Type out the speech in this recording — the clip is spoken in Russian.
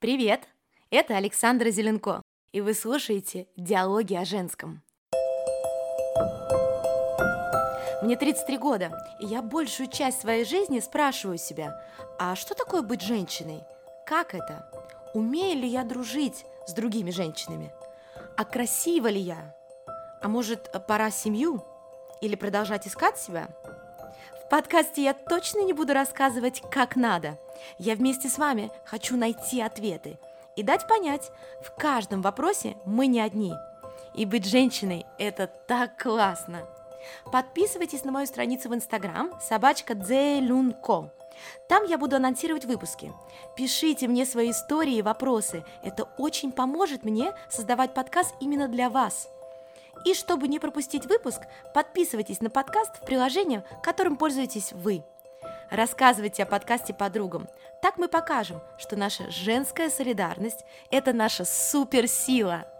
Привет! Это Александра Зеленко, и вы слушаете «Диалоги о женском». Мне 33 года, и я большую часть своей жизни спрашиваю себя, а что такое быть женщиной? Как это? Умею ли я дружить с другими женщинами? А красива ли я? А может, пора семью? Или продолжать искать себя? В подкасте я точно не буду рассказывать, как надо. Я вместе с вами хочу найти ответы и дать понять, в каждом вопросе мы не одни. И быть женщиной – это так классно! Подписывайтесь на мою страницу в Инстаграм @Zelunko. Там я буду анонсировать выпуски. Пишите мне свои истории и вопросы. Это очень поможет мне создавать подкаст именно для вас. И чтобы не пропустить выпуск, подписывайтесь на подкаст в приложении, которым пользуетесь вы. Рассказывайте о подкасте подругам. Так мы покажем, что наша женская солидарность – это наша суперсила.